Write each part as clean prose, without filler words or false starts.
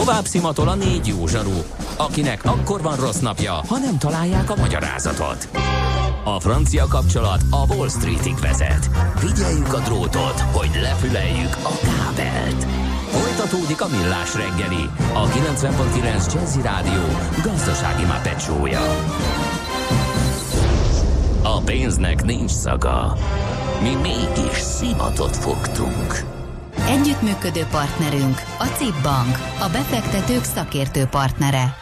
Tovább szimatol a 4 jó zsaru, akinek akkor van rossz napja, ha nem találják a magyarázatot. A francia kapcsolat a Wall Streetig vezet. Figyeljük a drótot, hogy lefüleljük a kábelt. Folytatódik a Millás reggeli, a 90.9 Jazzy Rádió gazdasági mápecsója. A pénznek nincs szaga. Mi mégis szimatot fogtunk. Együttműködő partnerünk a CIP Bank, a befektetők szakértő partnere.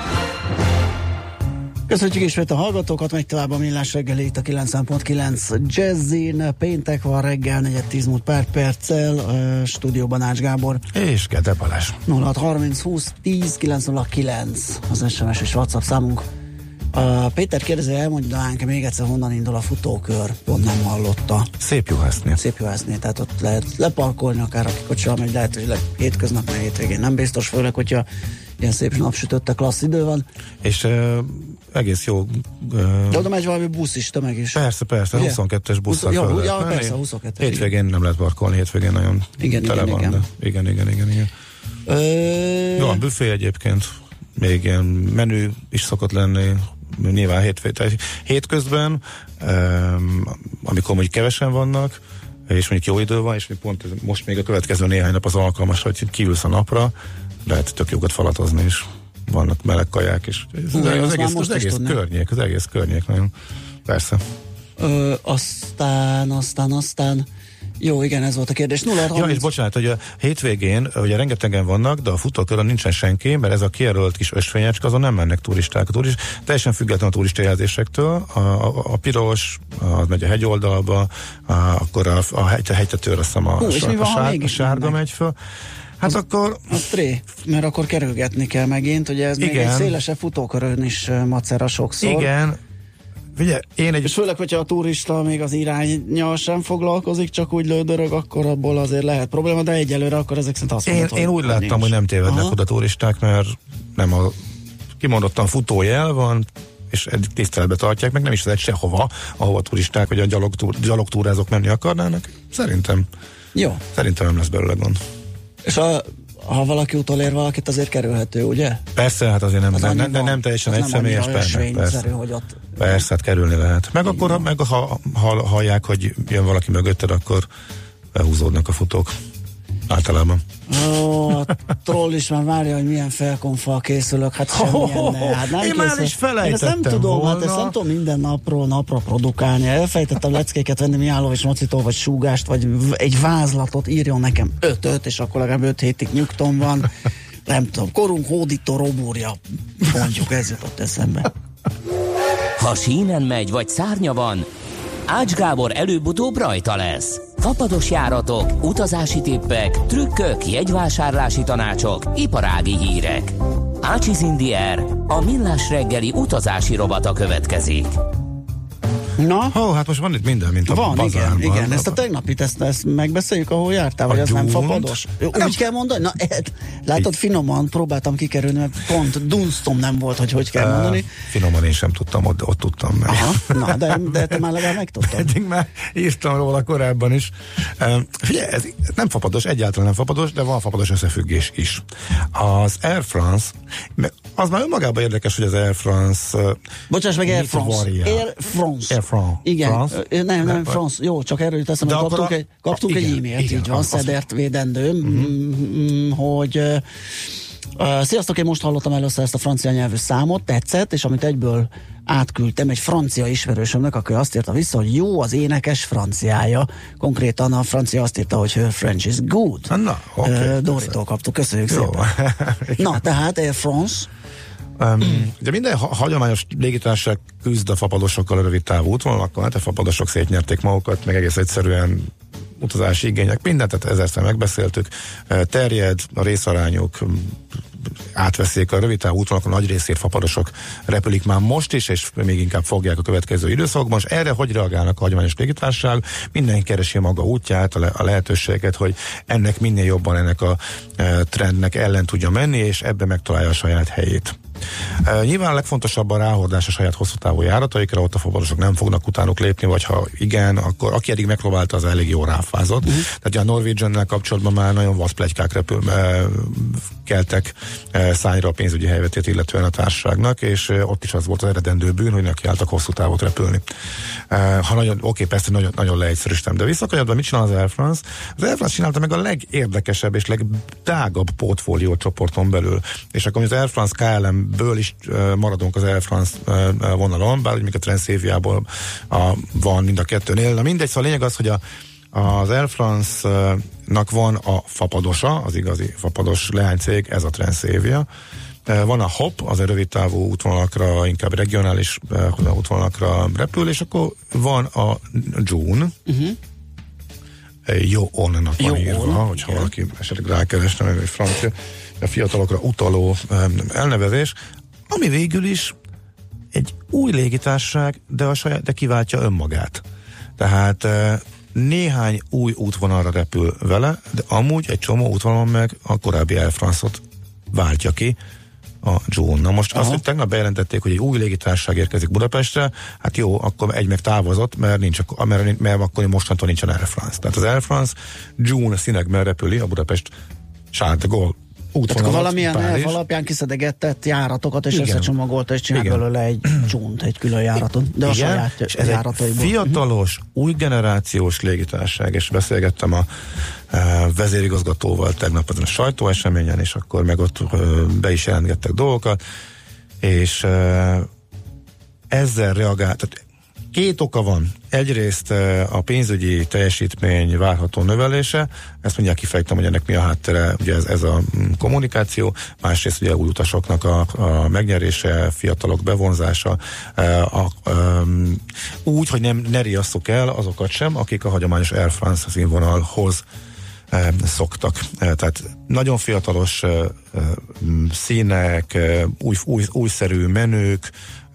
Köszönjük ismét a hallgatókat, megy tovább a Millás reggeli itt a 90.9 Jazzin. Péntek van reggel, 4:10 múlt pár perccel, stúdióban Ács Gábor. És Gede Balázs. 0630 20 10 909 az SMS és WhatsApp számunk. Péter kérdezi, elmondanánk még egyszer, honnan indul a futókör, pont nem hallotta. Szépjuhászné, tehát ott lehet leparkolni, akár aki kocsival megy, lehet, hogy hétköznap, mert hétvégén nem biztos, főleg, hogyha ilyen szép napsütötte klassz idő van. És egész jó. De oda megy valami busz is, tömeg is. Persze, ugye? 22-es busszal föl lehet menni. Persze, 22-es. Hétvégén nem lehet parkolni, hétvégén nagyon tele van. Igen. Van büfé egyébként, még ilyen menü is szokott lenni, nyilván hétközben, amikor mondjuk kevesen vannak, és mondjuk jó idő van, és pont most még a következő néhány nap az alkalmas, hogy kívülsz a napra, lehet tök jókat falatozni is. Vannak meleg kaják is. Az egész környék nagyon. Persze. Aztán jó, igen, ez volt a kérdés. 0-30. Ja, és bocsánat, hogy a hétvégén, ugye rengetegen vannak, de a futókörön nincsen senki, mert ez a kijelölt kis ösvényecske, azon nem mennek turisták. Teljesen független a turistajelzésektől. A piros, az megy a hegyoldalba, akkor a hegytetőre, azt hiszem a sárga megy föl. Hát akkor... mert akkor kerülgetni kell megint, ugye ez igen. Még egy szélesebb futókörön is macera sokszor. Igen. Ugye, és főleg, hogyha a turista még az iránnyal sem foglalkozik, csak úgy lődörög, akkor abból azért lehet probléma, de egyelőre akkor ezek szerint azt mondod, én úgy láttam, hogy nem tévednek oda turisták, mert nem a kimondottan futójel van, és eddig tiszteletbe tartják, meg nem is lehet sehova, ahova turisták, vagy a gyalogtúrázók menni akarnának. Szerintem nem lesz belőle gond. És ha valaki utolér valakit, azért kerülhető, ugye? Persze, hát azért nem teljesen egy személyes, persze, hát kerülni lehet. Meg akkor, ha hallják, hogy jön valaki mögötted, akkor behúzódnak a futók. Általában. A troll is már várja, hogy milyen felkonfal készülök. Hát semmilyen ne. Hát én már is felejtettem. Én ezt nem tudom, ezt nem tudom minden napról napra produkálni. Elfejtettem leckéket venni Miálló és Macitól, vagy súgást, vagy egy vázlatot, írjon nekem 5-öt, és akkor legalább 5 hétig nyugton van. Nem tudom, korunk hódító robúrja. Mondjuk, ez jutott eszembe. Ha sínen megy, vagy szárnya van, Ács Gábor előbb-utóbb rajta lesz. Fapados járatok, utazási tippek, trükkök, jegyvásárlási tanácsok, iparági hírek. Ácsiz Indiér, a Millás reggeli utazási rovata következik. Na? Hát most van itt minden, mint a bazárban. Igen, ezt a tegnapit, ezt megbeszéljük, ahol jártál, vagy az nem fapados? Úgy kell mondani? Na, látod, finoman próbáltam kikerülni, mert pont dunsztom nem volt, hogy kell mondani. Finoman én sem tudtam, ott tudtam meg. Na, de te már legalább megtudtad. Eddig már írtam róla korábban is. Figyelj, ez nem fapados, egyáltalán nem fapados, de van fapados összefüggés is. Az Air France, az már önmagában érdekes, hogy az Air France... Bocsáss meg, Air France. Igen, nem, France. Jó, csak erről jut eszembe, kaptunk egy e-mailt, így van, Szedert védendő, hogy sziasztok, én most hallottam először ezt a francia nyelvű számot, tetszett, és amit egyből átküldtem egy francia ismerősömnek, aki azt írta vissza, hogy jó az énekes franciája. Konkrétan a francia azt írta, hogy her French is good. Na, okay, Doritól kaptuk, köszönjük szépen. Na, tehát Air France. De minden hagyományos légitársaság küzd a fapadosokkal a rövid távú útvonalakkal, hát a fapadosok szétnyerték magukat, meg egész egyszerűen utazási igények, mindent, tehát ezerszer megbeszéltük, terjed, a részarányok átveszik a rövid távú útvonalakon, nagy részét fapadosok repülik már most is, és még inkább fogják a következő időszakban, és erre hogy reagálnak a hagyományos légitársaság? Mindenki keresi maga útját, a lehetőséget, hogy ennek minél jobban ennek a trendnek ellen tudja menni, és ebben megtalálja a saját helyét. Nyilván a legfontosabb a ráhordás a saját hosszú távú járataikra, ott a fuvarosok nem fognak utánuk lépni, vagy ha igen, akkor aki eddig megpróbálta, az elég jól ráfázott. Tehát a Norwegian-nel kapcsolatban már nagyon vad pletykák keltek szányra a pénzügyi helyzetét illetően a társaságnak, és ott is az volt az eredendő bűn, hogy nekiálltak hosszú távot repülni. Ha nagyon, persze nagyon leegyszerűsítem, de visszakanyadva mit csinál az Air France? Az Air France csinálta meg a legérdekesebb és legtágabb portfólió csoporton belül. És akkor az Air France KLM-ből is maradunk az Air France vonalon, bár még a Transavia-ból van mind a kettőnél. Na mindegy, szóval a lényeg az, hogy az Air France-nak van a fapadosa, az igazi fapados leánycég, ez a Transavia. Van a HOP, az a rövid távú útvonalakra, inkább regionális útvonalakra repül, és akkor van a June, jó onnak van írva, hogyha valaki esetleg rákeresne, meg egy francia, a fiatalokra utaló elnevezés, ami végül is egy új légitársaság, de kiváltja önmagát. Tehát néhány új útvonalra repül vele, de amúgy egy csomó útvonalon meg a korábbi Air France-ot váltja ki a June. Na most azt, hogy tegnap bejelentették, hogy egy új légitársaság érkezik Budapestre, hát jó, akkor egy meg távozott, mert akkor mostantól nincsen Air France. Tehát az Air France June színekben repüli a Budapest Charles de Gaulle útvonalat. Tehát valamilyen elv alapján kiszedegetett járatokat, és összecsomagolta, és csinál belőle egy June-t, egy külön járatot. De a saját és ez járataiból. Egy fiatalos, új generációs légitársaság, és beszélgettem a vezérigazgatóval tegnap ezen a sajtóeseményen, és akkor meg ott be is jelentgettek dolgokat, és ezzel reagált. Tehát két oka van. Egyrészt a pénzügyi teljesítmény várható növelése, ezt mindjárt kifejtem, hogy ennek mi a háttere, ugye ez a kommunikáció, másrészt ugye új utasoknak a megnyerése, fiatalok bevonzása, úgy, hogy ne riasszuk el azokat sem, akik a hagyományos Air France színvonalhoz szoktak. Tehát nagyon fiatalos színek, újszerű menők,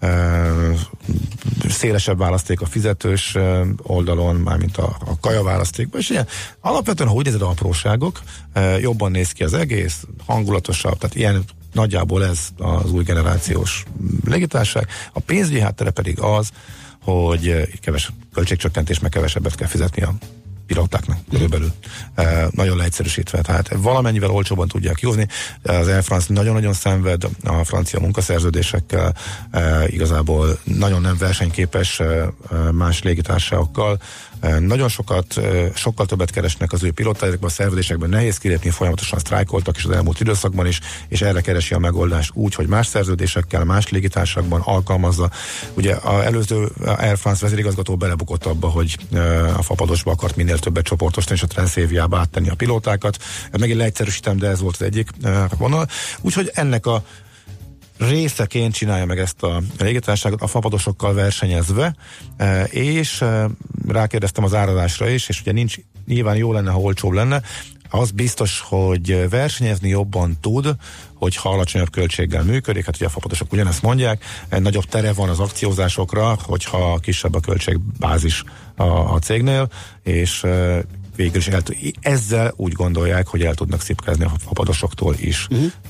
szélesebb választék a fizetős oldalon, mármint a kaja választékban, és ilyen alapvetően, ha úgy nézed, apróságok, jobban néz ki az egész, hangulatosabb, tehát ilyen nagyjából ez az új generációs légitársaság. A pénzügyi háttere pedig az, hogy kevesebb költségcsökkentés, meg kevesebbet kell fizetni a pilótáknak körülbelül. Nagyon leegyszerűsítve, tehát valamennyivel olcsóban tudják kihozni. Az Air France nagyon-nagyon szenved a francia munkaszerződésekkel, igazából nagyon nem versenyképes más légitársaságokkal. Nagyon sokkal többet keresnek az ő pilótáikban, a szerződésekben nehéz kilépni, folyamatosan sztrájkoltak is az elmúlt időszakban is, és erre keresi a megoldást úgy, hogy más szerződésekkel, más légitársaságban alkalmazza. Ugye az előző Air France vezérigazgató belebukott abba, hogy a fapadosba akart minél többet csoportosítani, és a Transaviába áttenni a pilótákat. Megint leegyszerűsítem, de ez volt az egyik vonal. Úgyhogy ennek a részeként csinálja meg ezt a légitársaságot a fapadosokkal versenyezve, és rákérdeztem az árazásra is, és ugye nyilván jó lenne, ha olcsóbb lenne, az biztos, hogy versenyezni jobban tud, hogyha alacsonyabb költséggel működik, hát ugye a fapadosok ugyanezt mondják, nagyobb tere van az akciózásokra, hogyha kisebb a költségbázis a cégnél, és végül is ezzel úgy gondolják, hogy el tudnak szipkázni a fapadosoktól is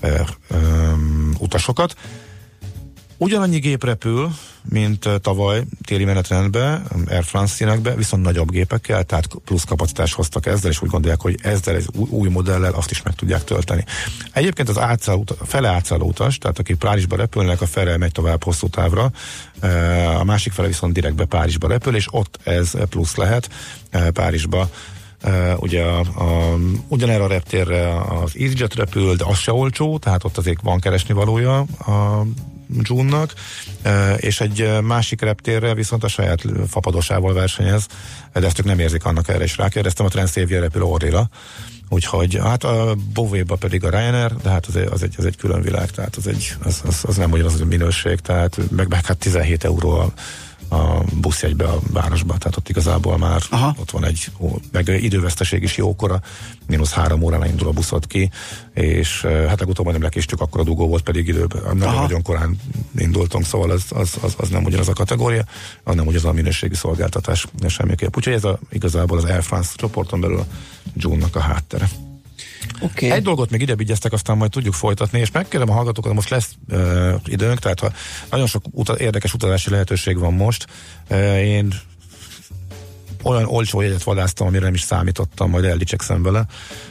utasokat. Ugyanannyi gép repül, mint tavaly téli menetrendben, Air France színekbe, viszont nagyobb gépekkel, tehát plusz kapacitást hoztak ezzel, és úgy gondolják, hogy ezzel egy új modellel azt is meg tudják tölteni. Egyébként az fele átszálló utas, tehát akik Párizsba repülnek, a fele megy tovább hosszú távra, a másik fele viszont direktbe Párizsba repül, és ott ez plusz lehet Párizsba. Ugye ugyanerre a reptérre az EasyJet repül, de az se olcsó, tehát ott azért van keresni valója a June-nak, és egy másik reptérre viszont a saját fapadosával versenyez, de ezt ők nem érzik, annak erre is rákérdeztem, a Transavia repül Orlyra, úgyhogy hát a Beauvais-ba pedig a Ryanair, de hát az egy külön világ, tehát az nem ugyanaz a minőség, tehát meg hát 17 euró a buszjegybe a városba, tehát ott igazából már ott van meg időveszteség is jókora, -3 órán indul a buszot ki, és hát legutóbb nem lekéstük, akkor a dugó volt, pedig időben nagyon korán indultunk, szóval az nem ugyanaz a kategória, az nem ugyanaz a minőségi szolgáltatás semmiképp. Úgyhogy ez igazából az Air France csoporton belül a June-nak a háttere. Okay. Egy dolgot még ide vigyeztek, aztán majd tudjuk folytatni, és megkérem a hallgatókat, most lesz időnk, tehát ha nagyon sok érdekes utazási lehetőség van most, én olyan olcsó jegyet vadásztam, amire nem is számítottam, majd eldicsekszem vele.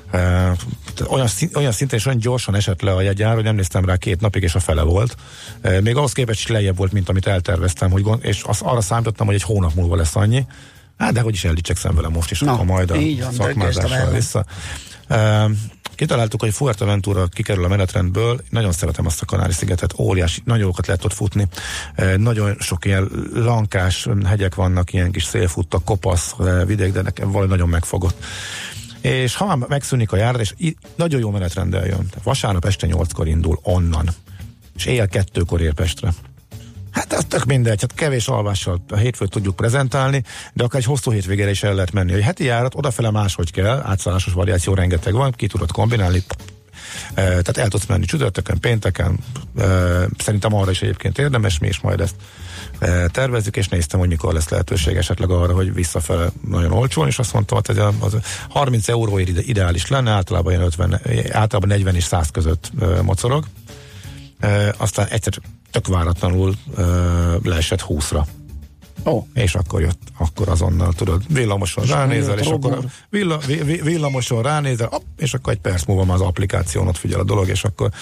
Olyan szinten és olyan gyorsan esett le a jegyár, hogy nem néztem rá 2 napig, és a fele volt. Még ahhoz képest is lejjebb volt, mint amit elterveztem, és arra számítottam, hogy egy hónap múlva lesz annyi. Hát, de hogy is eldicsekszem vele most is, akkor majd a szakmázással vissza. Kitaláltuk, hogy Fuerteventura kikerül a menetrendből. Nagyon szeretem azt a Kanári-szigetet, óriási, nagyon jókat lehet ott futni. Nagyon sok ilyen lankás hegyek vannak, ilyen kis szélfutta, kopasz vidék, de nekem valahogy nagyon megfogott. És ha már megszűnik a járat, és nagyon jó menetrenddel jön. Vasárnap este 8-kor indul onnan, és éjjel 2-kor ér Pestre. Hát ez tök mindegy, hát kevés alvással a hétfőt tudjuk prezentálni, de akár egy hosszú hétvégére is el lehet menni. A heti járat odafele máshogy kell, átszállásos variáció rengeteg van, ki tudod kombinálni, tehát el tudsz menni csütörtökön, pénteken, szerintem arra is egyébként érdemes, mi is majd ezt tervezzük, és néztem, hogy mikor lesz lehetőség esetleg arra, hogy visszafele nagyon olcsón, és azt mondtam, hogy az 30 euró ideális lenne, általában 40 és 100 között mocorog. Aztán egyszer tök váratlanul leesett 20-ra. És akkor jött, akkor azonnal tudod, villamoson ránézel, és akkor villamoson ránézel, és akkor egy perc múlva már az applikáción ott figyel a dolog, és akkor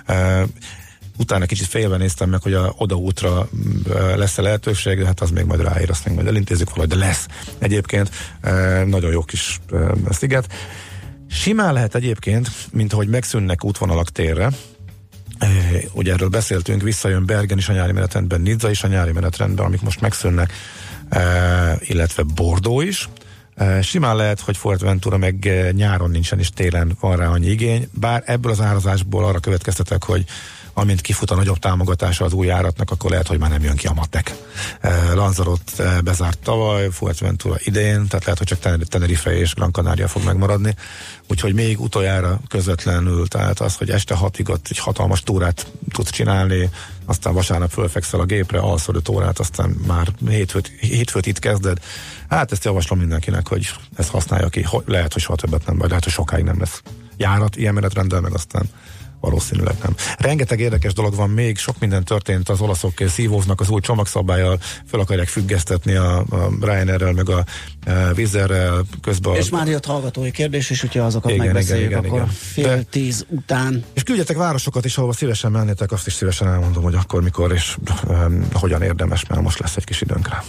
utána kicsit félve néztem meg, hogy a odaútra lesz-e lehetőség, hát az még majd ráér, azt még majd elintézzük valahogy, de lesz egyébként nagyon jó kis sziget. Simán lehet egyébként, mint ahogy megszűnnek útvonalak térre, ugye erről beszéltünk, visszajön Bergen is a nyári menetrendben, Nizza is a nyári menetrendben, amik most megszűnnek, illetve Bordeaux is. Simán lehet, hogy Fuerteventura meg nyáron nincsen, és télen van rá annyi igény, bár ebből az árazásból arra következtetek, hogy amint kifut a nagyobb támogatása az új járatnak, akkor lehet, hogy már nem jön ki a matek. Lanzarote bezárt tavaly, Fuerteventura idén, tehát lehet, hogy csak Tenerife és Gran Canaria fog megmaradni. Úgyhogy még utoljára közvetlenül, tehát az, hogy este 6-ig ott egy hatalmas túrát tudsz csinálni, aztán vasárnap fölfekszel a gépre, alszol 5 órát, aztán már hétfőt itt kezded. Hát ezt javaslom mindenkinek, hogy ezt használja ki. Lehet, hogy soha többet nem, vagy lehet, hogy sokáig nem lesz járat ilyen menetrenddel, meg aztán valószínűleg nem. Rengeteg érdekes dolog van még, sok minden történt, az olaszok szívóznak az új csomagszabállyal, fel akarják függesztetni a Ryanairrel, meg a Wizzerrel közben. És már jött hallgatói kérdés, és hogyha azokat megbeszéljük, akkor 9:30 után. És küldjetek városokat is, ahova szívesen mennétek, azt is szívesen elmondom, hogy akkor, mikor és hogyan érdemes, mert most lesz egy kis időnk rá.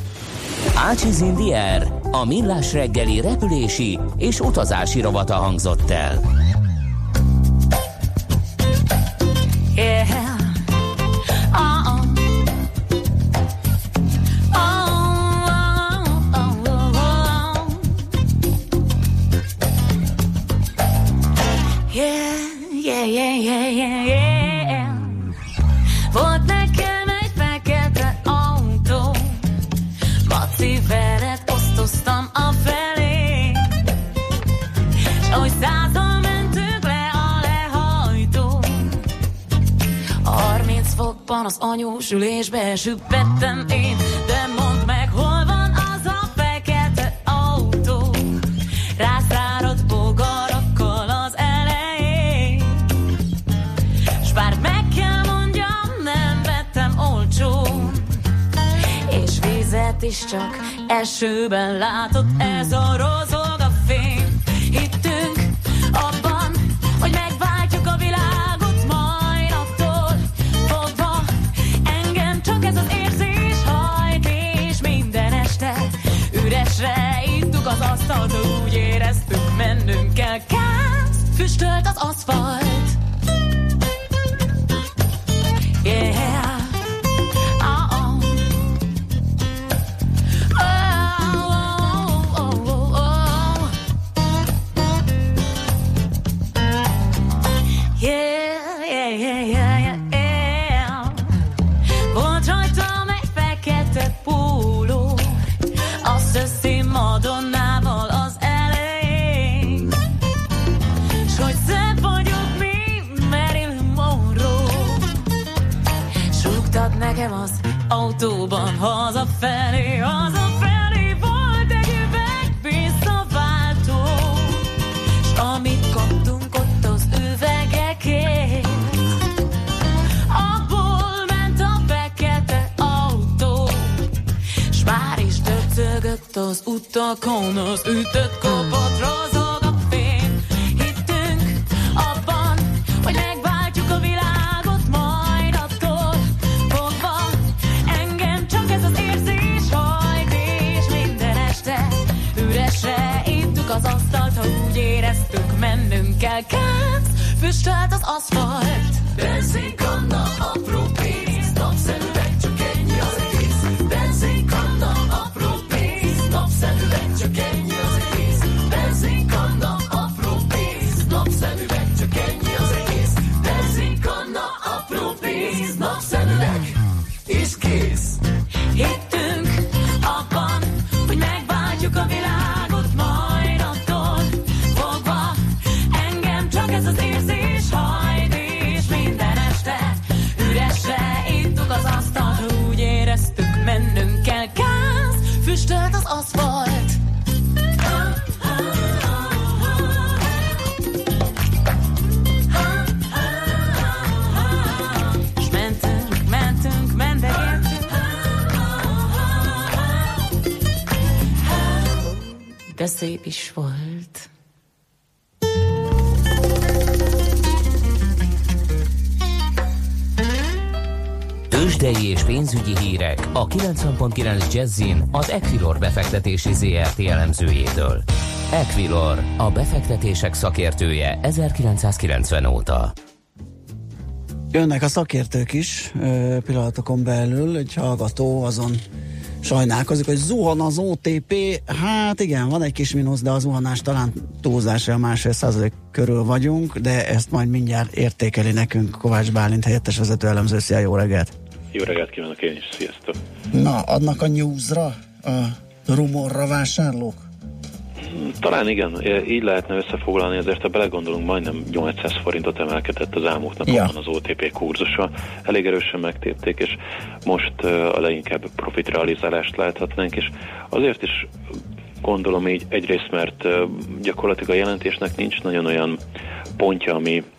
Ácsiz Indiér, a millás reggeli repülési és utazási rovata hangzott el. Yeah. Oh. Yeah. Volt nekem egy fekete autó, Maci veled osztoztam a felé, s ahogy 100-al mentünk le a lehajtó, 30 fokban az anyósülésbe süppettem én, de mondd meg, hol van az a fekete autó, rászáradt bogarakkal az elején, s bár meg kell mondjam, nem vettem olcsón, és vizet is csak esőben látott, ez a rozog a fény. Hittünk abban, hogy megváltjuk a világot majd attól fogva, engem csak ez az érzés hajt, és minden este üresre ittuk az asztalt, úgy éreztük, mennünk kell, kázt, füstölt az aszfalt. Yeah. Volt rajtam egy fekete póló, a Szöszi Madonnával az elején, s hogy szebb vagyok, mint Marilyn Monroe, súgtad nekem az autóban hazafelé volt egy üveg visszaváltó, s amit kaptunk, az utakon, az ütött kapott rozog a fény. Hittünk abban, hogy megváltjuk a világot, majd attól fogva engem csak ez az érzés hajt, és minden este üresre ittük az asztalt, ha úgy éreztük, mennünk kell. Kánc, füstölt az aszfalt. Benzinkanna, apró pénz, napszemüveg, csak ennyi az egész. Benzinkanna, apró pénz, napszemüveg, csak ennyi az egész. Benzinkanna, apró pénz, napszemüveg, csak ennyi az egész. Benzinkanna, apró pénz, napszemüveg, és kész. Hittünk abban, hogy megváltjuk a világot, majd attól fogva engem csak ez az érzés hajt, és minden este üresre ittuk az asztalt, úgy éreztük, mennünk kell. Káz, füstölt az aszfalt. És mentünk, mendegettünk, de szép is volt. Tőzsdei és pénzügyi hírek a 90.9 Jazzin az Equilor befektetési ZRT elemzőjétől. Equilor, a befektetések szakértője 1990 óta. Jönnek a szakértők is pillanatokon belül, egy hallgató azon sajnálkozik, hogy zuhan az OTP. Hát igen, van egy kis mínusz, de a zuhanás talán túlzásra 1,5% körül vagyunk, de ezt majd mindjárt értékeli nekünk Kovács Bálint, helyettes vezető elemző. Szia, jó reggelt! Jó reggelt kívánok én is, sziasztok! Na, adnak a newsra, a rumorra vásárlók? Talán igen, így lehetne összefoglalni, ezért ha belegondolunk, majdnem 800 forintot emelkedett az elmúlt napokban az OTP kurzusa. Elég erősen megtépték, és most a leginkább profitrealizálást láthatnánk, és azért is gondolom így egyrészt, mert gyakorlatilag a jelentésnek nincs nagyon olyan pontja,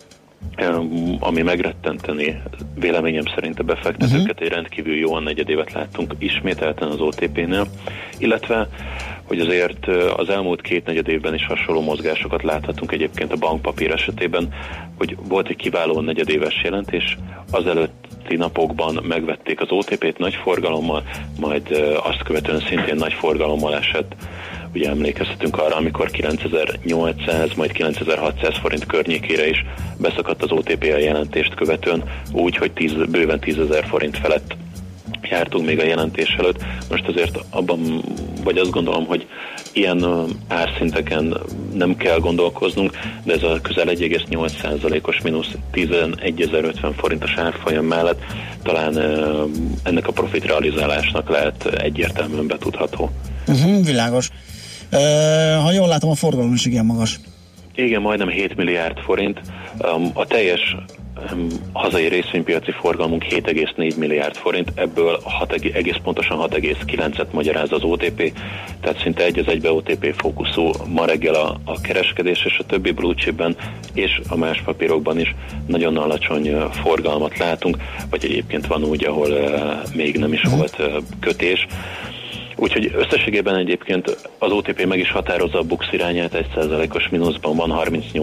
ami megrettenteni véleményem szerint a befektetőket. Egy rendkívül jó negyedévet láttunk ismételten az OTP-nél, illetve hogy azért az elmúlt 2 negyedévben is hasonló mozgásokat láthatunk egyébként a bankpapír esetében, hogy volt egy kiváló negyedéves jelentés, azelőtti napokban megvették az OTP-t nagy forgalommal, majd azt követően szintén nagy forgalommal esett. Ugye emlékezhetünk arra, amikor 9800, majd 9600 forint környékére is beszakadt az OTP a jelentést követően, úgy, hogy bőven 10.000 forint felett jártunk még a jelentés előtt. Most azért abban, vagy azt gondolom, hogy ilyen árszinteken nem kell gondolkoznunk, de ez a közel 1,8%-os mínusz 11.050 forintos árfolyam mellett talán ennek a profitrealizálásnak lehet egyértelműen betudható. Világos. Ha jól látom, a forgalom is igen magas. Igen, majdnem 7 milliárd forint. A teljes hazai részvénypiaci forgalmunk 7,4 milliárd forint, ebből egész pontosan 6,9-et magyaráz az OTP, tehát szinte egy az egybe OTP fókuszú ma reggel a kereskedés, és a többi blue chipben és a más papírokban is nagyon alacsony forgalmat látunk, vagy egyébként van úgy, ahol még nem is volt kötés. Úgyhogy összességében egyébként az OTP meg is határozza a BUX irányát, 1%-os mínuszban van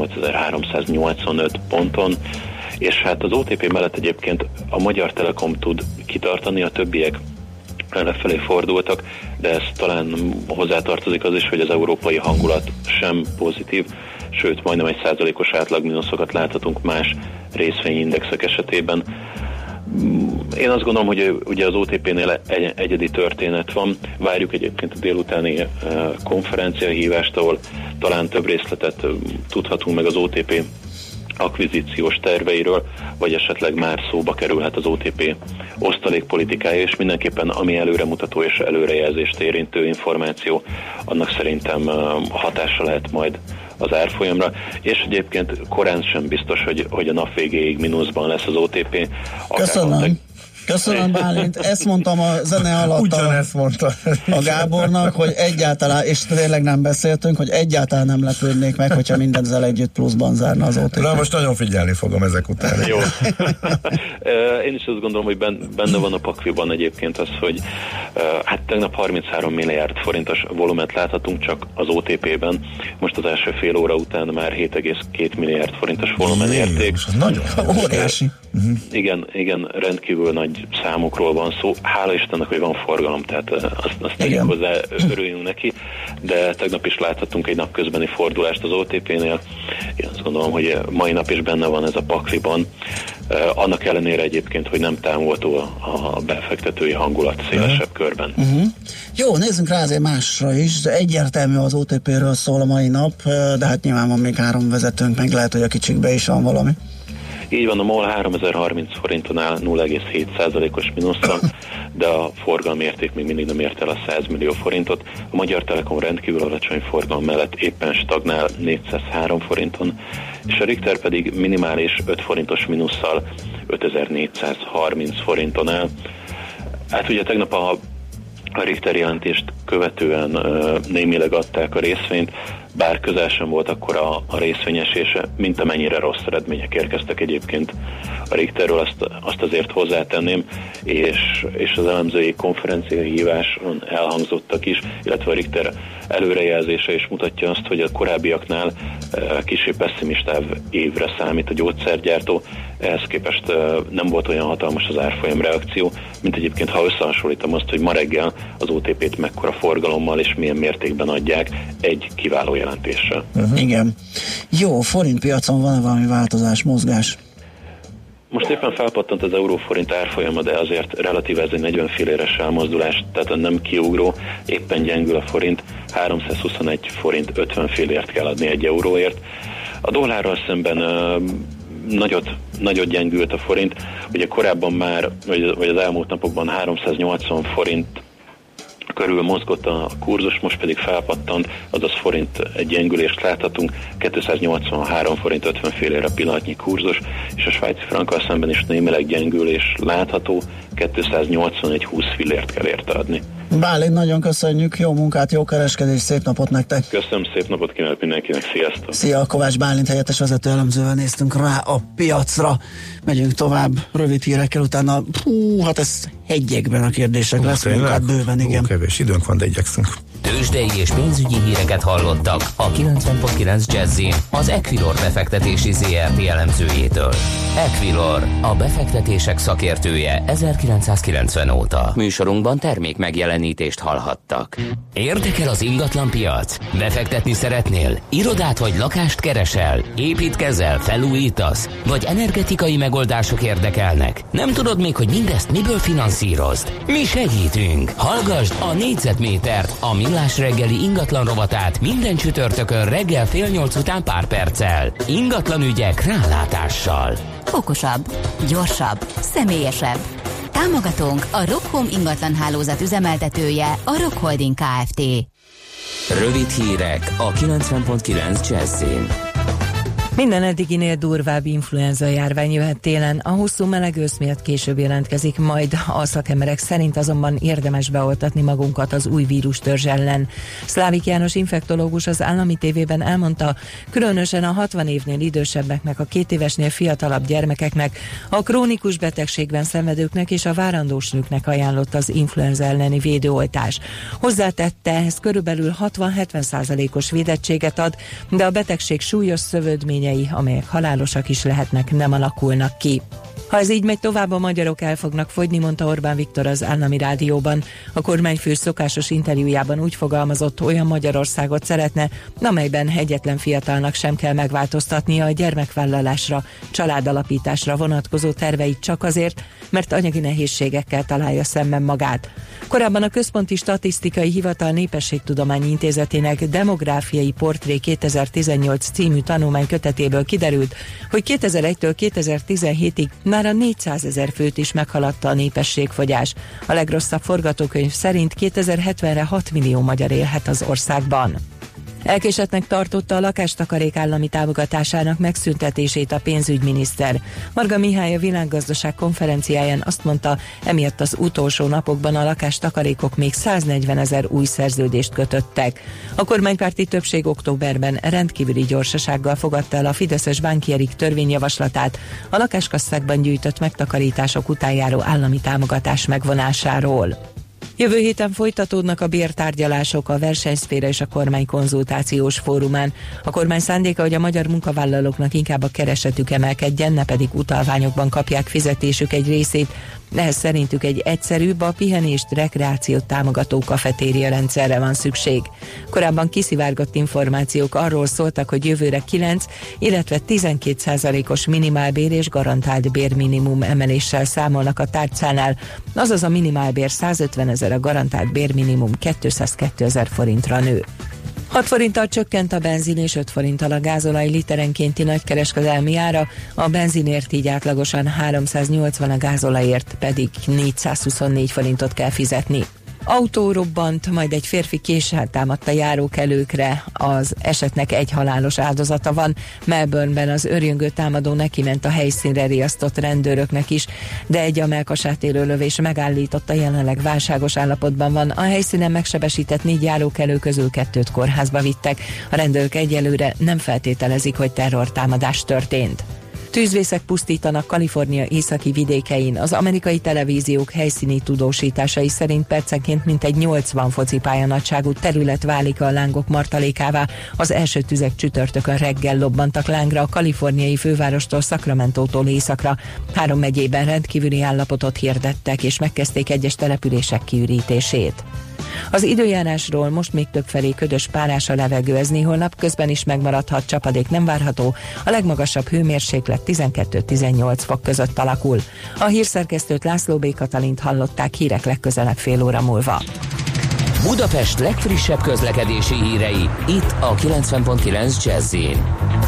38.385 ponton, és hát az OTP mellett egyébként a Magyar Telekom tud kitartani, a többiek lefelé fordultak, de ez talán hozzátartozik az is, hogy az európai hangulat sem pozitív, sőt majdnem 1%-os átlag mínuszokat láthatunk más részvényindexek esetében. Én azt gondolom, hogy ugye az OTP-nél egyedi történet van. Várjuk egyébként a délutáni konferenciahívást, ahol talán több részletet tudhatunk meg az OTP akvizíciós terveiről, vagy esetleg már szóba kerülhet az OTP osztalékpolitikája, és mindenképpen ami előremutató és előrejelzést érintő információ, annak szerintem hatása lehet majd az árfolyamra, és egyébként korán sem biztos, hogy a nap végéig mínuszban lesz az OTP. Köszönöm. Köszönöm, Bálint, ezt mondtam a zene alatt ugyanezt mondta a Gábornak, hogy egyáltalán, és tényleg nem beszéltünk, hogy egyáltalán nem lepődnék meg, hogyha mindezzel együtt pluszban zárna az OTP. Na most nagyon figyelni fogom ezek után. Jó. Én is azt gondolom, hogy benne van a pakliban egyébként az, hogy hát tegnap 33 milliárd forintos volument láthatunk csak az OTP-ben. Most az első fél óra után már 7,2 milliárd forintos volumen érték. Ez nagyon óriási. Igen, rendkívül nagy számokról van szó. Hála Istennek, hogy van forgalom, tehát azt tegyük hozzá, örüljünk neki, de tegnap is láthattunk egy napközbeni fordulást az OTP-nél. Én azt gondolom, hogy mai nap is benne van ez a pakliban. Annak ellenére egyébként, hogy nem támogató a befektetői hangulat szélesebb körben. Jó, nézzünk rá azért másra is. Egyértelmű az OTP-ről szól a mai nap, de hát nyilván van még 3 vezetőnk, meg lehet, hogy a kicsikbe is van valami. Így van, a MOL 3030 forinton áll 0,7%-os mínusszal, de a forgalmi érték még mindig nem ért el a 100 millió forintot. A Magyar Telekom rendkívül alacsony forgalom mellett éppen stagnál 403 forinton, és a Richter pedig minimális 5 forintos mínusszal 5430 forinton áll. Hát ugye tegnap a Richter jelentést követően némileg adták a részvényt, bár közel sem volt akkor a részvényesése, mint amennyire rossz eredmények érkeztek egyébként a Richterről, azt azért hozzátenném, és az elemzői konferenciahíváson elhangzottak is, illetve a Richter előrejelzése is mutatja azt, hogy a korábbiaknál kicsit pesszimistább évre számít a gyógyszergyártó, ehhez képest nem volt olyan hatalmas az árfolyam reakció, mint egyébként, ha összehasonlítom azt, hogy ma reggel az OTP-t mekkora forgalommal és milyen mértékben adják egy kiváló jelentéssel. Igen. Jó, forintpiacon van-e valami változás, mozgás? Most éppen felpattant az euróforint árfolyama, de azért relatív ez egy 40 filléres elmozdulás, tehát nem kiugró, éppen gyengül a forint, 321 forint 50 fillért kell adni egy euróért. A dollárral szemben nagyot gyengült a forint, ugye korábban már, vagy az elmúlt napokban 380 forint körül mozgott a kurzus, most pedig felpattant, azaz forint egy gyengülést láthatunk, 283 forint 50 fillére pillanatnyi kurzus, és a svájci frankkal szemben is némileg gyengülés látható, 281,20 fillért kell érte adni. Bálint, nagyon köszönjük, jó munkát, jó kereskedés, szép napot nektek! Köszönöm, szép napot kívánok mindenkinek, sziasztok! Szia, Kovács Bálint helyettes vezető elemzővel néztünk rá a piacra, megyünk tovább rövid hírekkel, utána hát ez hegyekben a kérdések lesz, munkát bőven, igen. Kevés időnk van, de igyekszünk. Tőzsdei és pénzügyi híreket hallottak a 90.9 Jazzin az Equilor befektetési ZRT elemzőjétől. Equilor, a befektetések szakértője 1990 óta. Műsorunkban termék megjelenítést hallhattak. Érdekel az ingatlanpiac? Befektetni szeretnél? Irodát vagy lakást keresel? Építkezel, felújítasz? Vagy energetikai megoldások érdekelnek? Nem tudod még, hogy mindezt miből finanszírozd? Mi segítünk! Hallgasd a Négyzetmétert, a Millás reggeli ingatlan rovatát minden csütörtökön reggel 7:30 után pár perccel. Ingatlan ügyek rálátással. Okosabb, gyorsabb, személyesebb. Támogatónk a Rockhome ingatlan hálózat üzemeltetője, a Rock Holding Kft. Rövid hírek a 90.9 Jazzin. Minden eddiginél durvább influenza járvány jöhet télen, a hosszú meleg ősz miatt később jelentkezik, majd a szakemberek szerint azonban érdemes beoltatni magunkat az új vírustörzs ellen. Szlávik János infektológus az Állami tévében elmondta, különösen a 60 évnél idősebbeknek, a 2 évesnél fiatalabb gyermekeknek, a krónikus betegségben szenvedőknek és a várandós nőknek ajánlott az influenza elleni védőoltás. Hozzátette, ez körülbelül 60-70%-os védettséget ad, de a betegség súlyos szövődménye, amelyek halálosak is lehetnek, nem alakulnak ki. Ha ez így megy tovább, a magyarok el fognak fogyni, mondta Orbán Viktor az Állami Rádióban. A kormányfő szokásos interjújában úgy fogalmazott, olyan Magyarországot szeretne, amelyben egyetlen fiatalnak sem kell megváltoztatnia a gyermekvállalásra, családalapításra vonatkozó terveit csak azért, mert anyagi nehézségekkel találja szemben magát. Korábban a Központi Statisztikai Hivatal Népességtudományi Intézetének Demográfiai Portré 2018 című tanulmánykötetéből kiderült, hogy 2001-től 2017-ig már a 400 000 főt is meghaladta a népességfogyás. A legrosszabb forgatókönyv szerint 2070-re 6 millió magyar élhet az országban. Elkésettnek tartotta a lakástakarék állami támogatásának megszüntetését a pénzügyminiszter. Marga Mihály a Világgazdaság konferenciáján azt mondta, emiatt az utolsó napokban a lakástakarékok még 140 000 új szerződést kötöttek. A kormánypárti többség októberben rendkívüli gyorsasággal fogadta el a fideszes Bánki törvényjavaslatát a lakáskasszákban gyűjtött megtakarítások után járó állami támogatás megvonásáról. Jövő héten folytatódnak a bértárgyalások a versenyszféra és a kormány konzultációs fórumán. A kormány szándéka, hogy a magyar munkavállalóknak inkább a keresetük emelkedjen, ne pedig utalványokban kapják fizetésük egy részét. Ehhez szerintük egy egyszerűbb, a pihenést, rekreációt támogató kafetéria rendszerre van szükség. Korábban kiszivárgott információk arról szóltak, hogy jövőre 9, illetve 12%-os minimálbér és garantált bérminimum emeléssel számolnak a tárcánál, azaz a minimálbér 150 000, a garantált bérminimum 202 000 forintra nő. 6 forinttal csökkent a benzin és 5 forinttal a gázolaj literenkénti nagykereskedelmi ára, a benzinért így átlagosan 380, a gázolajért pedig 424 forintot kell fizetni. Autó robbant, majd egy férfi késsel támadta járókelőkre, az esetnek egy halálos áldozata van. Melbourneben az örjöngő támadó nekiment a helyszínre riasztott rendőröknek is, de egy a mellkasát érő lövés megállította, jelenleg válságos állapotban van. A helyszínen megsebesített 4 járókelő közül 2-t kórházba vittek. A rendőrök egyelőre nem feltételezik, hogy terrortámadás történt. Tűzvészek pusztítanak Kalifornia északi vidékein. Az amerikai televíziók helyszíni tudósításai szerint percenként mintegy 80 focipálya nagyságú terület válik a lángok martalékává. Az első tüzek csütörtökön reggel lobbantak lángra a kaliforniai fővárostól Sacramento-tól északra. 3 megyében rendkívüli állapotot hirdettek, és megkezdték egyes települések kiürítését. Az időjárásról: most még többfelé ködös, párás a levegő, ez néhol napközben is megmaradhat, csapadék nem várható, a legmagasabb hőmérséklet 12-18 fok között alakul. A hírszerkesztőt, László B. Katalint hallották, hírek legközelebb fél óra múlva. Budapest legfrissebb közlekedési hírei, itt a 90.9 Jazz-in.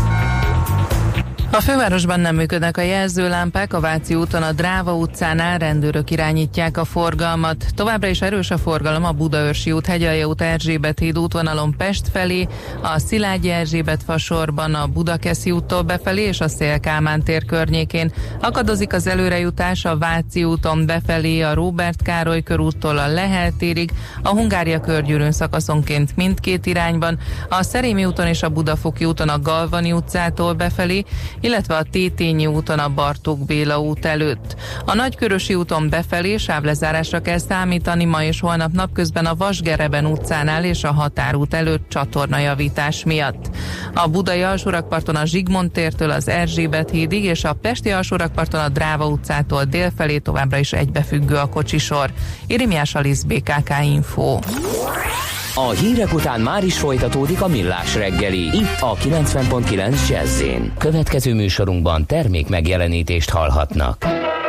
A fővárosban nem működnek a jelzőlámpák, a Váci úton a Dráva utcánál rendőrök irányítják a forgalmat. Továbbra is erős a forgalom a Budaörsi út, Hegyalja út, Erzsébet híd útvonalon Pest felé, a Szilágyi Erzsébet fasorban a Budakeszi úttól befelé és a Széll-Kálmán tér környékén. Akadozik az előrejutás a Váci úton befelé, a Róbert Károly körúttól a Lehel térig, a Hungária körgyűrűn szakaszonként mindkét irányban, a Szerémi úton és a Budafoki úton a Galvani utcától befelé, illetve a Tétényi úton a Bartók Béla út előtt. A Nagykörösi úton befelé sávlezárásra kell számítani ma és holnap napközben a Vasgereben utcánál és a Határút előtt csatornajavítás miatt. A budai alsórakparton a Zsigmond tértől az Erzsébet hídig és a pesti alsórakparton a Dráva utcától délfelé továbbra is egybefüggő a kocsisor. Irimiás Alisz, BKK Info. A hírek után már is folytatódik a Millás reggeli, itt a 90.9 Jazz-én. Következő műsorunkban termék megjelenítést hallhatnak.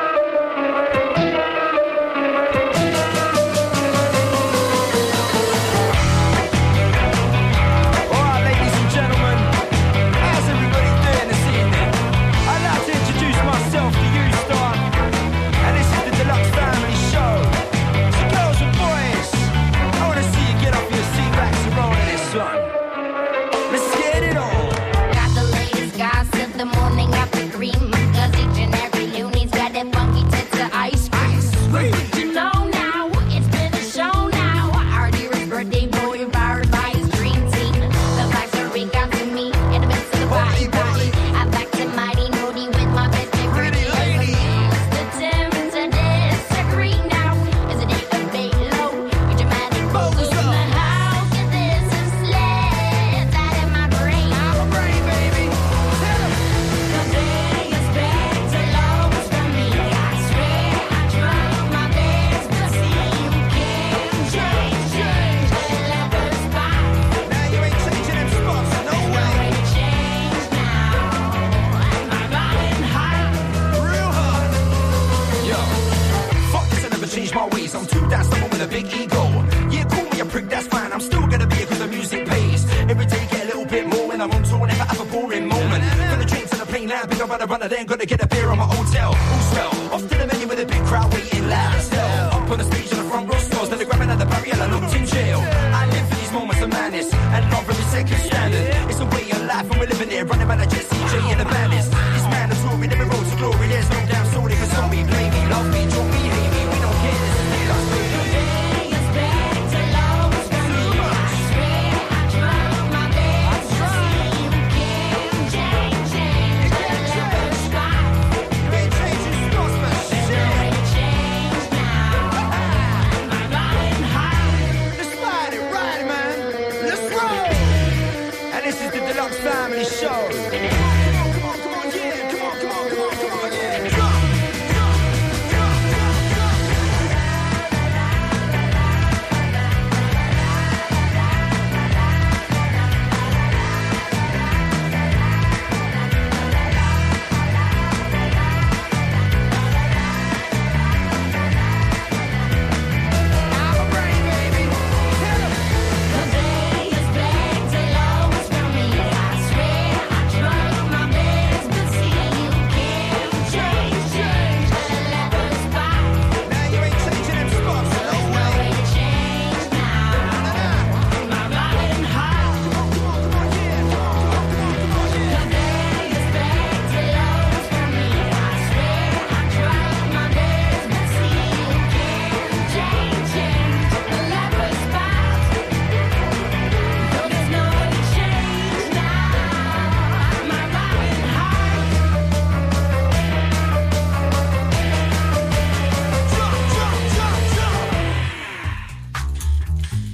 Gonna get a beer on my hotel. All swell. Off to the menu with a big crowd waiting loud. Still up on the stage on the front row stores. Then they grab another barrier. I looked in jail. I live for these moments of madness and not every second.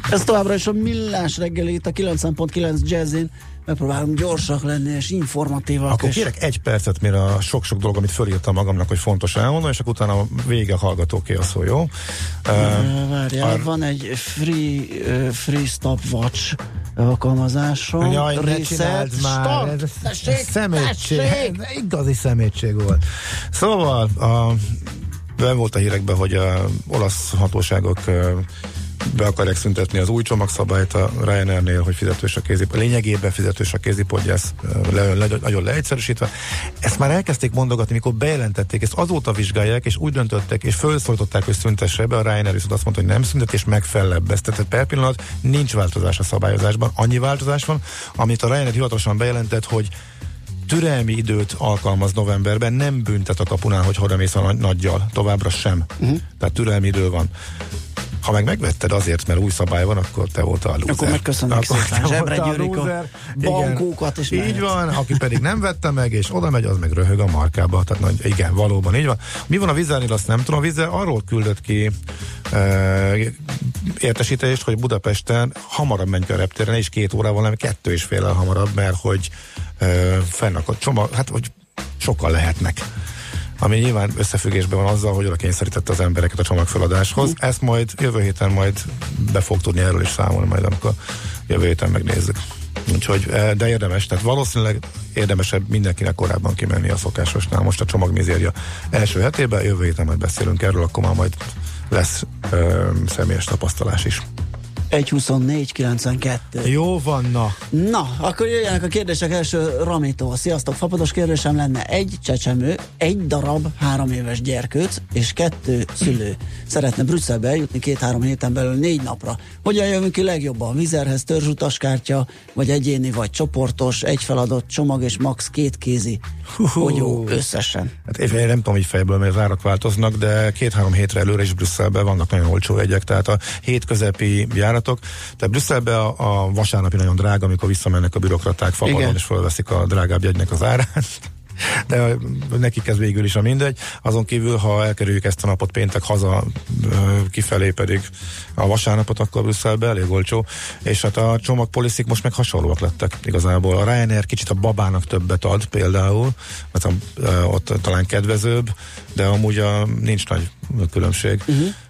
Ez továbbra is a Millás reggeli itt a 90.9 Jazzin. Megpróbálunk gyorsak lenni és informatívak. Akkor kérek egy percet, mire a sok-sok dolog, amit fölírtam magamnak, hogy fontos elmondani, és akkor utána a vége hallgatóké a szó, jó? Várjál, van egy free stopwatch alkalmazásom. Jaj, ne csináld már! Ez szemétség! Igazi szemétség volt. Szóval, ben volt a hírekben, hogy a olasz hatóságok be akarják szüntetni az új csomagszabályt a Ryanairnél, hogy fizetős a kézipont. Lényegében fizetős a kézipontja, ez nagyon leegyszerűsítve. Ezt már elkezdték mondogatni, mikor bejelentették, ezt azóta vizsgálják, és úgy döntöttek, és felszólították, hogy szüntesse be, a Ryanair viszont azt mondta, hogy nem szüntet, és megfellebbezte. Tehát per pillanat nincs változás a szabályozásban. Annyi változás van, amit a Ryanair hivatalosan bejelentett, hogy türelmi időt alkalmaz novemberben, nem büntet a kapunál, hogy hol mész a nagyjal, továbbra sem. Tehát türelmi idő van. Ha megvetted azért, mert új szabály van, akkor te voltál a lúzer. Akkor megköszönjük szépen. Zsebre gyűrik a bankókat is. Így van, aki pedig nem vette meg, és oda megy, az meg röhög a markába. Tehát igen, valóban így van. Mi van a Vizernél, azt nem tudom. A Vizer arról küldött ki értesítést, hogy Budapesten hamarabb menj ki a reptéren, és 2 órával, nem 2,5-el hamarabb, mert hogy fennakadt csomag, hát hogy sokkal lehetnek. Ami nyilván összefüggésben van azzal, hogy oda kényszerítette az embereket a csomagfeladáshoz. Ezt majd jövő héten majd be fog tudni erről is számolni, majd amikor jövő héten megnézzük. Úgyhogy, de érdemes, tehát valószínűleg érdemesebb mindenkinek korábban kimenni a szokásosnál. Most a csomagmizéria első hetében, jövő héten majd beszélünk erről, akkor már majd lesz személyes tapasztalás is. 1-24-92. Jó van, na. Na, akkor jöjjenek a kérdések első Ramitól. Sziasztok, fapados kérdésem lenne: egy csecsemő, 1 darab 3 éves gyerkőc és 2 szülő szeretne Brüsszelbe eljutni 2-3 héten belül 4 napra. Hogyan jövünk ki legjobban? Vizerhez törzsutaskártya, vagy egyéni, vagy csoportos, egy feladott csomag és max 2 kézi fogyó összesen? Hát én nem tudom, hogy fejből, mert az árak változnak, de 2-3 hétre előre is Brüsszelben vannak nagyon olcsó jegyek, tehát a hét közepi járatok. Tehát Brüsszelben a vasárnapi nagyon drága, amikor visszamennek a bürokraták fapadon, és fölveszik a drágább jegynek az árát. De nekik ez végül is a mindegy. Azon kívül, ha elkerüljük ezt a napot péntek haza, kifelé pedig a vasárnapot, akkor Brüsszelbe elég olcsó. És hát a csomagpoliszik most meg hasonlóak lettek igazából. A Ryanair kicsit a babának többet ad például, mert ott talán kedvezőbb, de amúgy nincs nagy különbség.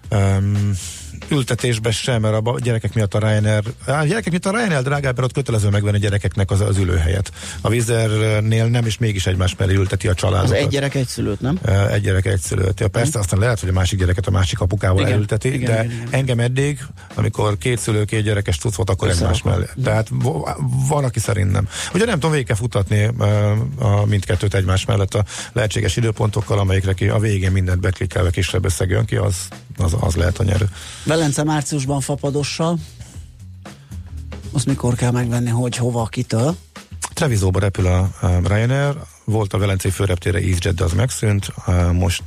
Ültetésben sem, mert a gyerekek miatt a Ryanair drágább, mert ott kötelező megvenni a gyerekeknek az ülőhelyet. A Wizzairnél nem, és mégis egymás mellé ülteti a családokat. Az egy gyerek egy szülőt, nem? Egy gyerek egy szülőt. Ja, persze, aztán lehet, hogy a másik gyereket a másik apukával elülteti, igen. Engem eddig, amikor 2 szülő, 2 gyerekes cucc volt, akkor egymás mellé. Tehát van, aki szerint nem. Ugye nem tudom, végig kell futatni a mindkettőt egymás mellett a lehetséges időpontokkal, amelyikre a végén mindent beklikkelve kisebb összeg jön ki, az lehet a nyerő. Velence márciusban fapadossal. Azt mikor kell megvenni, hogy hova, kitől? Trevisoba repül a Ryanair, volt a velencei főreptére EasyJet, de az megszűnt. Most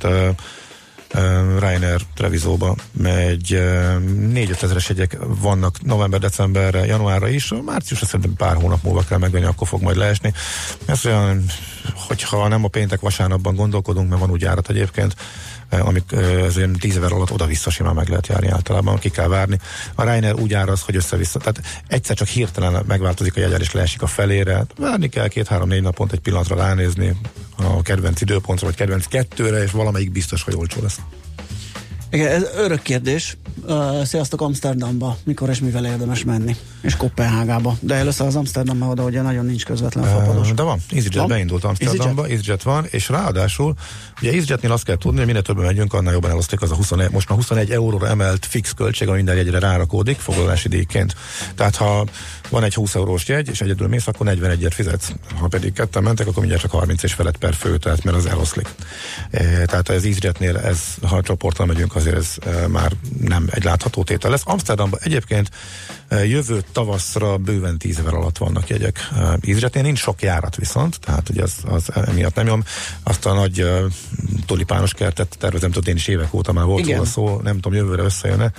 Ryanair Trevisoba megy, 4-5 ezeres jegyek vannak november-decemberre, januárra is. Márciusra szerintem pár hónap múlva kell megvenni, akkor fog majd leesni. Ez olyan, hogyha nem a péntek-vasárnapban gondolkodunk, mert van úgy járat egyébként, amik azért 10 év alatt oda-vissza simán meg lehet járni általában, ki kell várni. A Ryanair úgy áraz, hogy össze-vissza, tehát egyszer csak hirtelen megváltozik a jegyár és leesik a felére. Várni kell 2-3-4 napont egy pillanatra ránézni a kedvenc időpontra, vagy kedvenc 2-re, és valamelyik biztos, hogy olcsó lesz. Igen, ez örök kérdés. Sziasztok, Amsterdamba. Mikor és mivel érdemes menni? És Kopenhágába. De először az Amsterdamba oda, ugye nagyon nincs közvetlen fapados. De van. EasyJet beindult Amsterdamba, EasyJet van, és ráadásul, ugye EasyJetnél azt kell tudni, hogy minél többen megyünk, annál jobban elosztik az a 21, most már 21 euróra emelt fix költség, ami minden jegyre rárakódik, foglalási díjként. Tehát ha van egy 20 eurós jegy, és egyedül mész, akkor 41-et fizetsz. Ha pedig ketten mentek, akkor mindjárt csak 30 és felett per fő, tehát mert az eloszlik. Tehát az EasyJetnél ez, ha a csoporttal megyünk, azért ez már nem egy látható tétel lesz. Amsterdamban egyébként jövő tavaszra bőven 10 év alatt vannak jegyek. EasyJetnél nincs sok járat viszont, tehát ugye az emiatt nem jön. Azt a nagy tulipános kertet tervezem, tudod, én is évek óta már volt róla szó, nem tudom, jövőre összejön-e,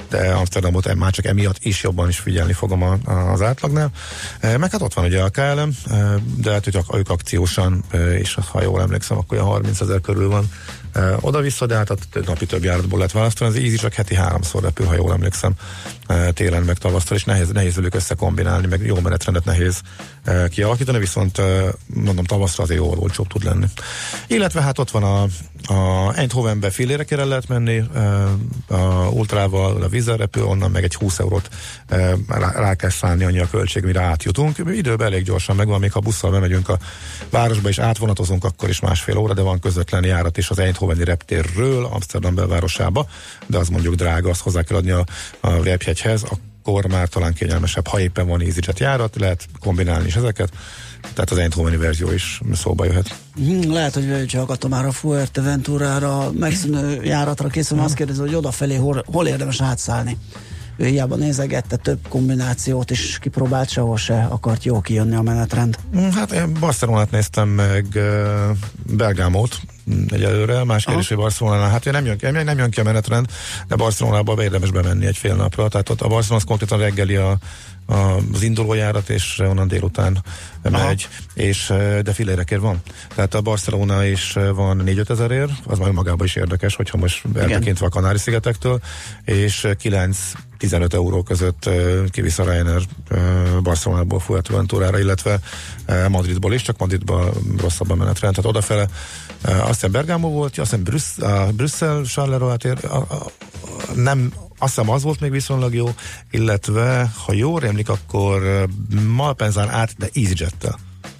de Amsterdamot már csak emiatt is jobban is figyelni fogom az átlagnál. Meg hát ott van ugye a KLM, de hát ők akciósan, és ha jól emlékszem, akkor olyan 30 000 körül van oda-vissza, de hát a napi több járatból lehet választani. Az EasyJet csak heti 3-szor repül, ha jól emlékszem, télen meg tavasztal, és nehéz velük összekombinálni, meg jó menetrendet nehéz kialakítani, viszont mondom, tavaszra azért jól olcsóbb tud lenni. Illetve hát ott van a Eindhovenbe Fillérekére lehet menni, a Ultrával, a Wizz Air repül, onnan meg egy 20 eurót rá kell szállni, annyi a költség, mire átjutunk. Időben elég gyorsan megvan, még ha busszal bemegyünk a városba és átvonatozunk, akkor is 1,5 óra, de van közvetlen járat is az Eindhoveni reptérről Amsterdam belvárosába, de az mondjuk drága, azt hozzá kell adni a repjegyhez, akkor már talán kényelmesebb, ha éppen van EasyJet járat, lehet kombinálni is ezeket, tehát az Eindhoveni verzió is szóba jöhet. Lehet, hogy végighallgatom már a Fuerteventurára megszűnő járatra készül, azt kérdezi, hogy odafelé hol érdemes átszállni. Ő hiába nézegette, több kombinációt is kipróbált, sehol se akart jól kijönni a menetrend. Hát én Barcelonát néztem meg, Bergámót egyelőre, más kérdés, hogy Barcelonánál, hát nem jön ki a menetrend, de Barcelonába érdemes bemenni egy fél napra, tehát ott a Barcelona az konkrétan reggeli az indulójárat, és onnan délután megy, de Fillérekért van. Tehát a Barcelona is van 4-5 ezerért, az már magában is érdekes, hogyha most eltekintve a Kanári-szigetektől, és 9-15 euró között kivisz a Ryanair Barcelonából Fuerteventurára, illetve Madridból is, csak Madridban rosszabb a menetrend, tehát odafele azt hiszem Bergamo volt, azt hiszem Brüsszel, Charleroi, nem, azt hiszem az volt még viszonylag jó, illetve ha jól rémlik, akkor Malpenzán át, de EasyJet-tel.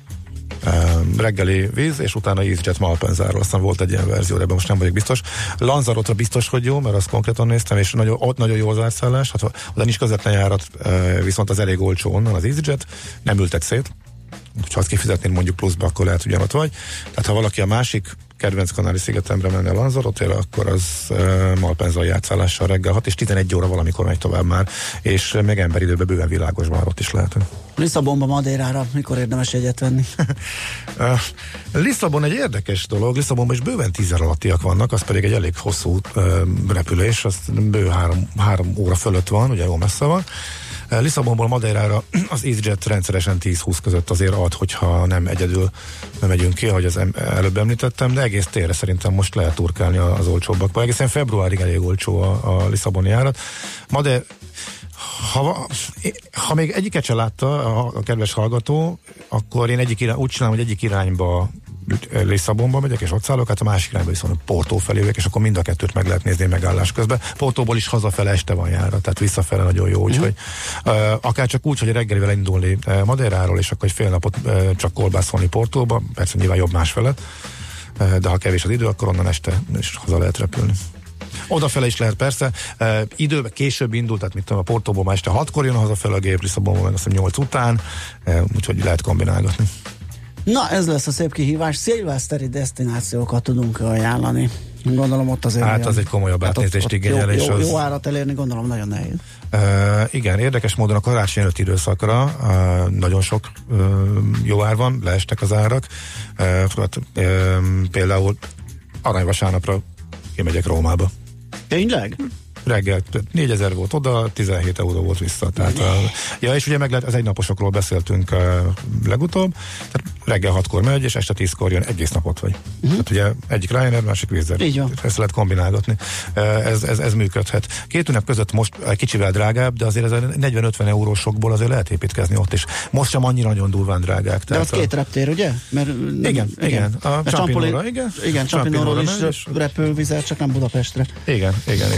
Reggeli víz, és utána EasyJet Malpenzáról, aztán volt egy ilyen verzió, de ebben most nem vagyok biztos. Lanzarotra biztos, hogy jó, mert azt konkrétan néztem, és ott nagyon jó az átszállás, hát oda nincs közvetlen járat, viszont az elég olcsó onnan az EasyJet, nem ültet szét, ha azt kifizetnéd mondjuk pluszba, akkor lehet, hogy ott vagy. Tehát ha valaki a másik kedvenc Kanári-szigetemre menne Lanzarotére, akkor az Malpenzai átszállással reggel 6 és 11 óra valamikor megy tovább már, és még emberidőben bőven világos már ott is lehet. Lisszabonba, Madeirára mikor érdemes jegyet venni? Lisszabon egy érdekes dolog, Lisszabonban is bőven 10 alattiak vannak, az pedig egy elég hosszú repülés, az bő 3 óra fölött van, ugye jó messze van. Lisszabonból Madeirára az EasyJet rendszeresen 10-20 között azért ad, hogyha nem egyedül megyünk ki, ahogy az előbb említettem, de egész térre szerintem most lehet turkálni az olcsóbbakba. Egészen februárig elég olcsó a Lisszaboni járat. Ha még egyiket se látta a kedves hallgató, akkor én úgy csinálom, hogy egyik irányba Lisszabonba megyek, és ott szállok, hát a másik irányba viszont Porto felé jövök, és akkor mind a kettőt meg lehet nézni megállás közben. Portóból is hazafele este van járat, tehát visszafele nagyon jó, úgyhogy akár csak úgy, hogy reggelivel indulni Madeiráról, és akkor egy fél napot csak kolbászolni Portóba, persze nyilván jobb másfelet, de ha kevés az idő, akkor onnan este is haza lehet repülni. Odafele is lehet persze, időben később indult, tehát mit tudom, a Portóból már este 6-kor jön hazafele a gép, Lisszabonból meg azt hiszem 8 után, úgyhogy lehet kombinálgatni. Na, ez lesz a szép kihívás. Szilveszteri desztinációkat tudunk ajánlani. Gondolom ott azért... Hát az egy komolyabb átnézést igényel. Jó árat elérni, gondolom nagyon nehéz. Igen, érdekes módon a karácsony előtti időszakra nagyon sok jó ár van, leestek az árak. Például aranyvasárnapra kimegyek Rómába. Tényleg? Reggel 4000 volt oda, 17 euró volt vissza. Tehát, és ugye meg lehet, az egynaposokról beszéltünk legutóbb, tehát reggel 6-kor megy, és este 10-kor jön, egész napot vagy. Tehát ugye egyik Ryanair, másik Wizz Air. Ezt lehet kombinálgatni. Ez működhet. Két ünnep között most egy kicsivel drágább, de azért ez 40-50 eurósokból azért lehet építkezni ott is. Most sem annyira nagyon durván drágák. De az két reptér, ugye? Mert, igen. A Csampinóra, igen, Csampinóról is repül Wizz Air, csak nem Budapestre. Igen.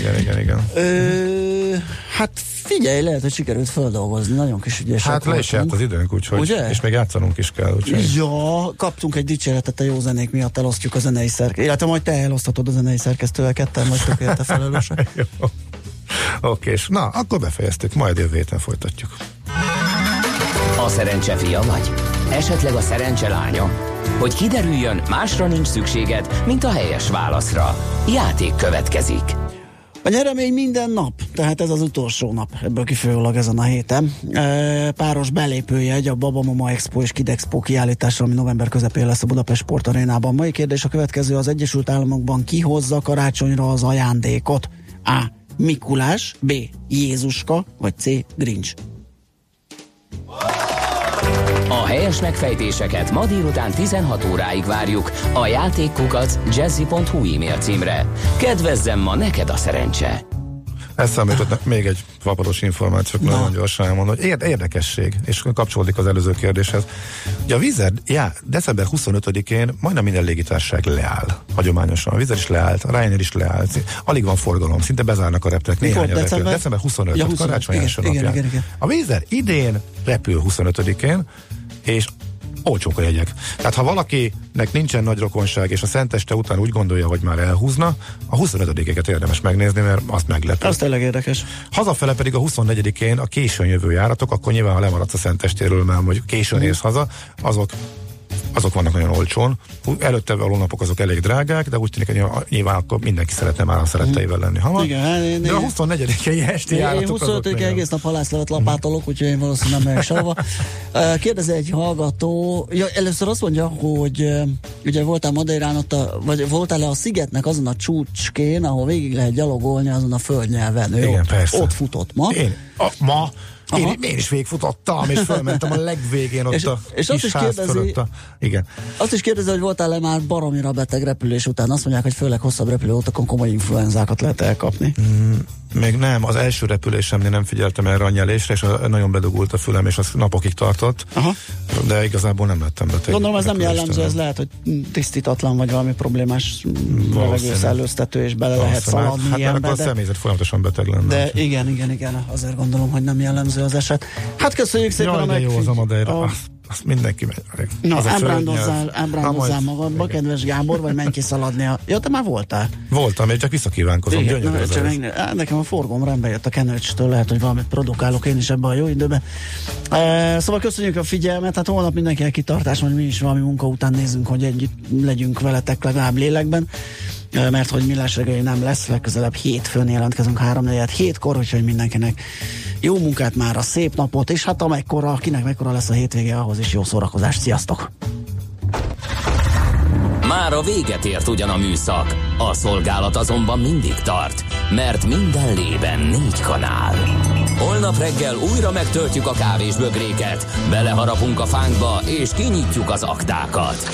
Hát figyelj, lehet, hogy sikerült feldolgozni, nagyon kis ügyesek hát le is járt az időnk, úgyhogy, ugye? És még játszanunk is kell. Úgyhogy. Ja, kaptunk egy dicséretet a jó zenék miatt, elosztjuk a zenei szerkesztővel, illetve majd te elosztatod a zenei szerkesztővel, ketten vagytok érte felelősek. Oké, és na, akkor befejeztük, majd jövő héten folytatjuk. A szerencse fia vagy? Esetleg a szerencse lánya? Hogy kiderüljön, másra nincs szükséged, mint a helyes válaszra. Játék következik. A nyeremény minden nap, tehát ez az utolsó nap, ebből kifolyólag ezen a héten. Páros belépőjegy a Baba Mama Expo és Kid Expo kiállításra, ami november közepén lesz a Budapest Sportarénában. Mai kérdés a következő: az Egyesült Államokban ki hozza karácsonyra az ajándékot? A. Mikulás, B. Jézuska, vagy C. Grinch. A helyes megfejtéseket ma délután 16 óráig várjuk a játékkukac@jazzy.hu e-mail címre. Kedvezzem ma neked a szerencse! Eszembe jutott még egy vapados információt, nagyon gyorsan elmondom, hogy érdekesség, és kapcsolódik az előző kérdéshez. Ugye a Wizard, december 25-én majdnem minden légitársaság leáll, hagyományosan. A Wizard is leállt, a Ryanair is leállt, alig van forgalom, szinte bezárnak a repterek, néhány a repül. December 25, karácsony első napján. A Wizard idén repül 25-én, és olcsók a jegyek. Tehát ha valakinek nincsen nagy rokonság, és a szenteste után úgy gondolja, hogy már elhúzna, a 25-eket érdemes megnézni, mert azt meglepő. Az tényleg érdekes. Hazafele pedig a 24-én a későn jövő járatok, akkor nyilván, ha lemaradsz a szentestéről, mert hogy későn érsz haza, azok vannak nagyon olcsón. Előtte való napok azok elég drágák, de úgy tűnik, hogy nyilván akkor mindenki szeretne már a szeretteivel lenni hamar. Igen, de a 24-i esti járatok azok 25-i egész nap halászlevet lapátolok, úgyhogy én valószínűleg nem megyek sehova. Kérdezi egy hallgató, először azt mondja, hogy ugye voltál Madeirán, vagy voltál-e a szigetnek azon a csúcskén, ahol végig lehet gyalogolni azon a földnyelven. Igen, persze. Ott futott ma. Ma? Én is végigfutottam, és fölmentem a legvégén ott és azt is kérdezi, igen. Azt is kérdezi, hogy voltál-e már baromira beteg repülés után? Azt mondják, hogy főleg hosszabb repülőutakon komoly influenzákat lehet elkapni. Még nem, az első repülésemnél nem figyeltem erre a nyelésre, és nagyon bedugult a fülem, és az napokig tartott. Aha. De igazából nem lettem beteg. Gondolom, ez nem jellemző, ez lehet, hogy tisztítatlan, vagy valami problémás levegőszellőztető, és bele lehet szaladni ilyenbe. Hát a személyzet folyamatosan beteg lenne. De igen, azért gondolom, hogy nem jellemző az eset. Hát köszönjük szépen a megfigyelést. Jó az a Madeira. Azt mindenki megy. Na, ábrándozzál magadba, kedves Gábor, vagy menj ki szaladni. Ja, te már voltál? Voltam, én csak visszakívánkozom. Nekem a forgom rendbe jött a Kenőcstől, lehet, hogy valamit produkálok én is ebben a jó időben. Szóval köszönjük a figyelmet, hát holnap mindenkinek kitartás, hogy mi is valami munka után nézzünk, hogy együtt legyünk veletek legalább lélekben, mert hogy Millás reggeli nem lesz, legközelebb hétfőn jelentkezünk 3-4-7-kor, úgyhogy mindenkinek jó munkát már, a szép napot, és hát akinek mekkora lesz a hétvége, ahhoz is jó szórakozást. Sziasztok! Már a véget ért ugyan a műszak, a szolgálat azonban mindig tart, mert minden lében 4 kanál. Holnap reggel újra megtöltjük a kávésbögréket, beleharapunk a fánkba és kinyitjuk az aktákat.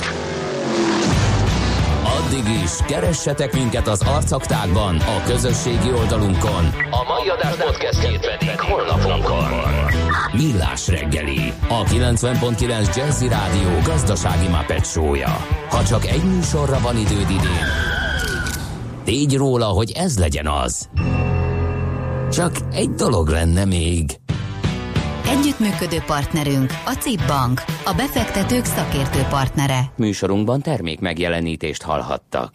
Addig is keressetek minket az arcaktákban, a közösségi oldalunkon. A mai adás podcastjét pedig holnapunkon. Millás reggeli, a 90.9 Jazzy Rádió gazdasági Muppet show-ja. Ha csak egy műsorra van időd idén, tégy róla, hogy ez legyen az. Csak egy dolog lenne még. Együttműködő partnerünk a CIP Bank, a befektetők szakértő partnere. Műsorunkban termék megjelenítést hallhattak.